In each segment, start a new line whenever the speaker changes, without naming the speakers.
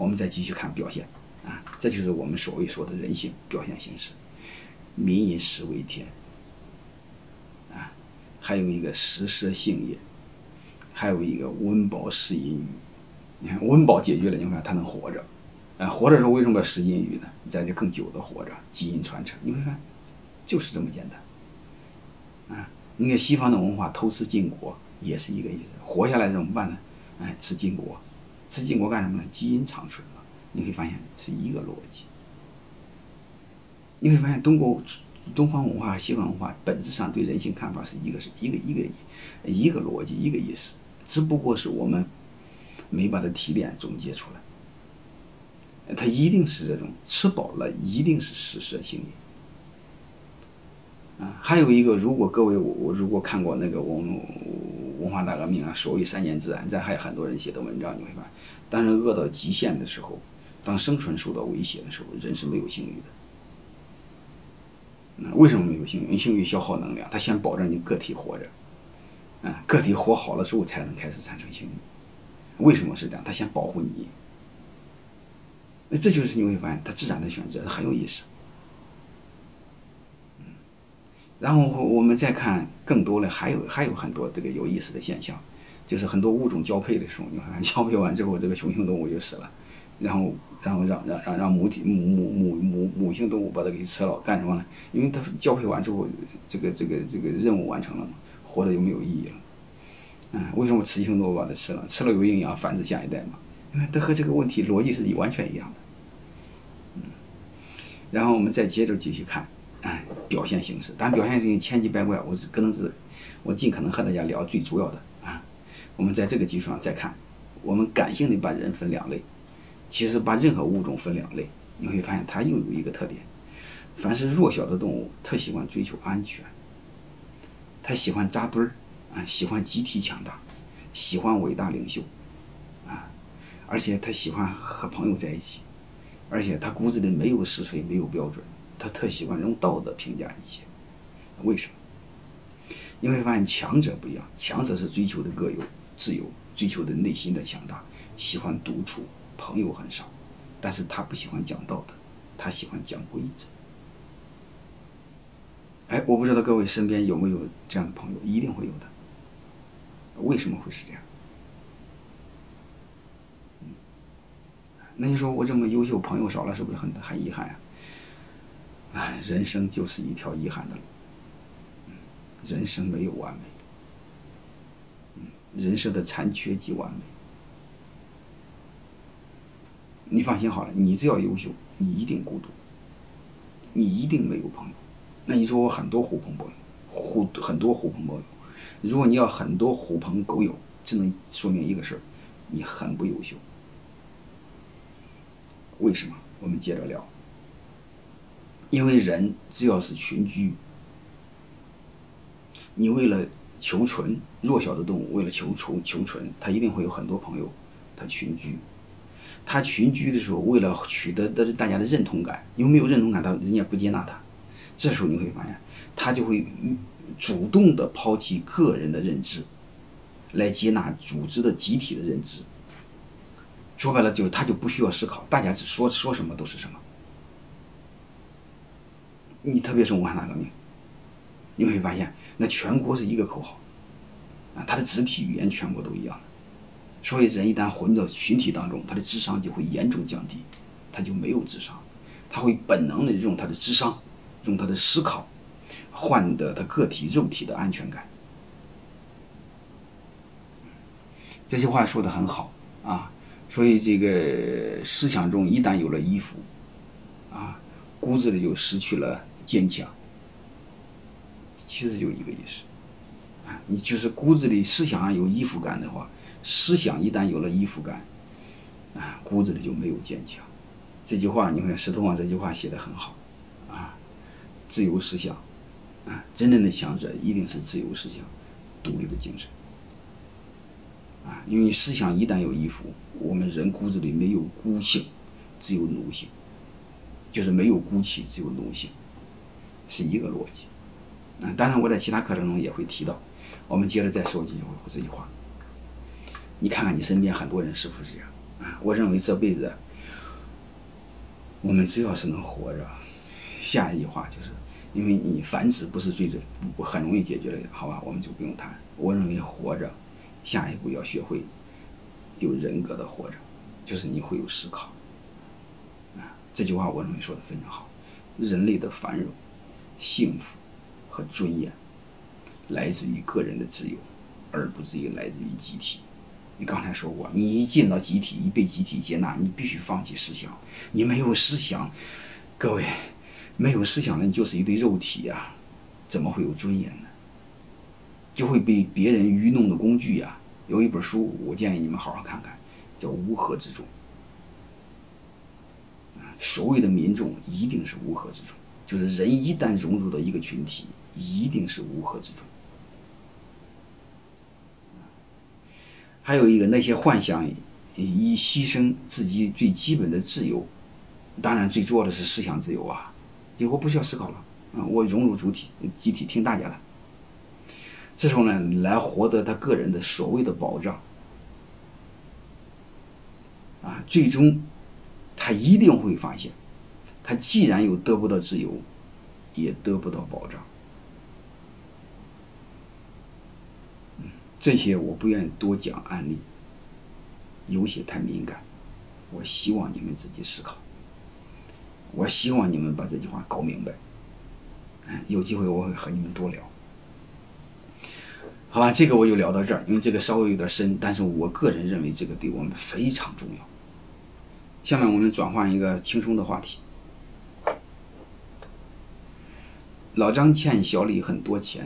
我们再继续看表现啊，这就是我们所谓说的人性表现形式。民以食为天啊，还有一个食色性也，还有一个温饱食淫欲。你看温饱解决了，你看他能活着，活着的时候为什么要食淫欲呢？咱就更久的活着，基因传承。你会看，就是这么简单啊。你看西方的文化偷吃禁果也是一个意思，活下来怎么办呢？吃禁果，吃禁果干什么呢？基因长存了。你会发现是一个逻辑。你会发现东方文化和西方文化本质上对人性看法是一个逻辑，一个意思，只不过是我们没把它提炼总结出来。它一定是这种吃饱了，一定是食色性也。还有一个，如果各位我如果看过那个我们文化大革命啊，所谓3年自然灾害，很多人写的文章，你会发现，当人饿到极限的时候，当生存受到威胁的时候，人是没有性欲的。为什么没有性欲？因为性欲消耗能量，它先保证你个体活着，个体活好了之后才能开始产生性欲。为什么是这样？它先保护你。这就是你会发现它自然的选择，很有意思。然后我们再看更多的，还有很多这个有意思的现象，就是很多物种交配的时候，你看交配完之后，这个雄性动物就死了，然后让母性动物把它给吃了，干什么呢？因为它交配完之后，这个任务完成了嘛，活着就没有意义了。为什么雌性动物把它吃了？吃了有营养，繁殖下一代嘛。因为它和这个问题逻辑是完全一样的。然后我们再接着继续看，表现形式。当然表现形式千奇百怪，我尽可能和大家聊最主要的啊。我们在这个基础上再看，我们感性的把人分2类。其实把任何物种分2类，你会发现它又有一个特点：凡是弱小的动物，特喜欢追求安全，它喜欢扎堆儿喜欢集体强大，喜欢伟大领袖而且他喜欢和朋友在一起，而且他骨子里没有是非，没有标准，他特喜欢用道德评价一切。为什么？你会发现强者不一样，强者是追求的各有自由，追求的内心的强大，喜欢独处，朋友很少，但是他不喜欢讲道德，他喜欢讲规则。我不知道各位身边有没有这样的朋友，一定会有的。为什么会是这样？那你说我这么优秀，朋友少了，是不是很遗憾啊？人生就是一条遗憾的路。人生没有完美，人生的残缺即完美。你放心好了，你只要优秀，你一定孤独，你一定没有朋友。那你说我很多狐朋狗友，如果你要很多狐朋狗友，只能说明一个事儿，你很不优秀。为什么？我们接着聊。因为人只要是群居，你为了求存，弱小的动物为了求存，它一定会有很多朋友，它群居。它群居的时候，为了取得大家的认同感，有没有认同感，人家不接纳它，这时候你会发现，他就会主动的抛弃个人的认知，来接纳组织的集体的认知。说白了，就是他就不需要思考，大家只说什么都是什么。你特别是文化大革命，你会发现，那全国是一个口号，他的肢体语言全国都一样的。所以人一旦混到群体当中，他的智商就会严重降低，他就没有智商，他会本能的用他的智商，用他的思考，换得他个体肉体的安全感。这句话说得很好啊。所以这个思想中一旦有了依附骨子里就失去了坚强。其实就一个意思你就是骨子里思想上有依附感的话，思想一旦有了依附感骨子里就没有坚强。这句话你看石头坊这句话写得很好自由思想真正的强者一定是自由思想，独立的精神因为思想一旦有依附，我们人骨子里没有孤性，只有奴性，就是没有孤气，只有奴性，是一个逻辑当然我在其他课程中也会提到。我们接着再说这句话，你看看你身边很多人是不是这样我认为这辈子我们只要是能活着，下一句话就是，因为你繁殖不是很容易解决的，好吧，我们就不用谈。我认为活着，下一步要学会有人格的活着，就是你会有思考。这句话我认为说的非常好。人类的繁荣、幸福和尊严，来自于个人的自由，而不是来自于集体。你刚才说过，你一进到集体，一被集体接纳，你必须放弃思想。你没有思想，各位，没有思想的你就是一堆肉体啊，怎么会有尊严呢？就会被别人愚弄的工具呀。有一本书，我建议你们好好看看，叫《乌合之众》。所谓的民众一定是乌合之众，就是人一旦融入到一个群体，一定是乌合之众。还有一个，那些幻想以牺牲自己最基本的自由，当然最重要的是思想自由啊，以后不需要思考了我融入主体集体听大家的。这时候呢，来获得他个人的所谓的保障最终他一定会发现，他既然又得不到自由，也得不到保障。这些我不愿意多讲案例，有些太敏感，我希望你们自己思考，我希望你们把这句话搞明白。有机会我会和你们多聊。好吧，这个我就聊到这儿，因为这个稍微有点深，但是我个人认为这个对我们非常重要。下面我们转换一个轻松的话题。老张欠小李很多钱，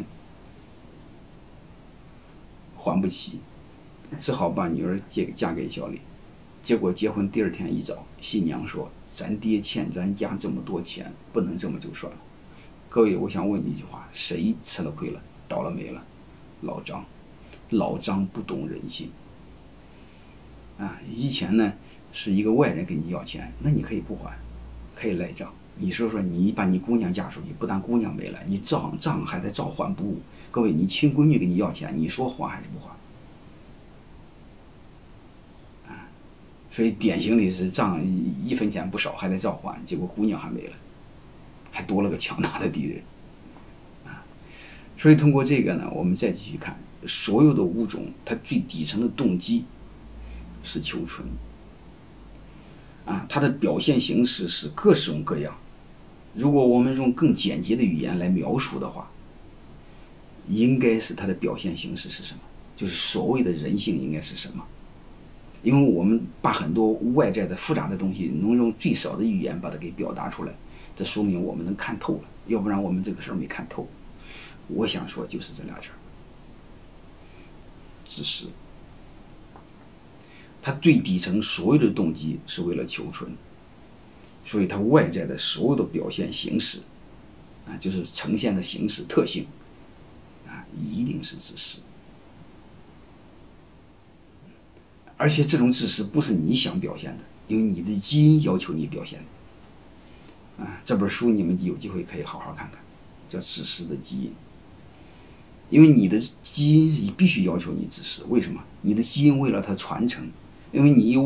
还不起，只好把女儿嫁给小李。结果结婚第二天一早，新娘说：“咱爹欠咱家这么多钱，不能这么就算了。”各位，我想问你一句话：谁吃了亏了，倒了霉了？老张。老张不懂人性以前呢是一个外人跟你要钱，那你可以不还，可以赖账。你说你把你姑娘嫁出去，不但姑娘没了，你账还得照还不误。各位，你亲闺女给你要钱，你说还还是不还？所以典型的是账1分钱不少，还得照还，结果姑娘还没了，还多了个强大的敌人所以通过这个呢，我们再继续看，所有的物种它最底层的动机是求存它的表现形式是各种各样。如果我们用更简洁的语言来描述的话，应该是它的表现形式是什么？就是所谓的人性应该是什么？因为我们把很多外在的复杂的东西能用最少的语言把它给表达出来，这说明我们能看透了，要不然我们这个事儿没看透。我想说就是这俩字，自私。它最底层所有的动机是为了求存，所以它外在的所有的表现形式就是呈现的形式特性一定是自私。而且这种自私不是你想表现的，因为你的基因要求你表现的这本书你们有机会可以好好看看，叫《自私的基因》。因为你的基因必须要求你自私，为什么？你的基因为了它传承，因为你有